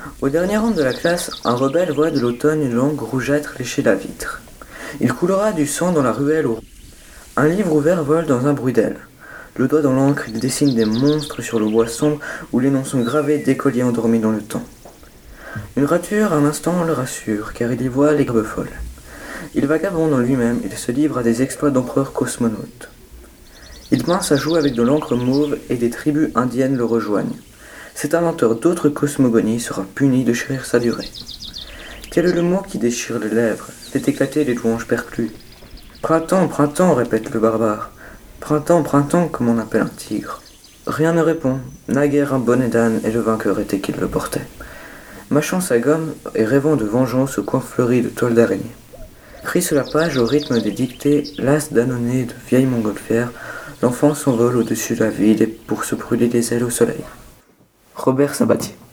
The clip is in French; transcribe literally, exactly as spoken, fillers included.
Au dernier rang de la classe, un rebelle voit de l'automne une langue rougeâtre lécher la vitre. Il coulera du sang dans la ruelle au... Un livre ouvert vole dans un bruit d'aile. Le doigt dans l'encre, il dessine des monstres sur le bois sombre où les noms sont gravés d'écoliers endormis dans le temps. Une rature, un instant, le rassure, car il y voit les gerbes folles. Il vagabonde en lui-même, il se livre à des exploits d'empereurs cosmonautes. Il peint sa joue avec de l'encre mauve et des tribus indiennes le rejoignent. Cet inventeur d'autres cosmogonies sera puni de chérir sa durée. Quel est le mot qui déchire les lèvres, fait éclater les louanges perclues? Printemps, printemps, répète le barbare. Printemps, printemps, comme on appelle un tigre. Rien ne répond, naguère un bonnet d'âne et le vainqueur était qu'il le portait. Mâchant sa gomme et rêvant de vengeance au coin fleuri de toile d'araignée. Pris sur la page au rythme des dictées, las d'annonner de vieilles montgolfières, l'enfant s'envole au-dessus de la ville pour se brûler les ailes au soleil. Robert Sabatier.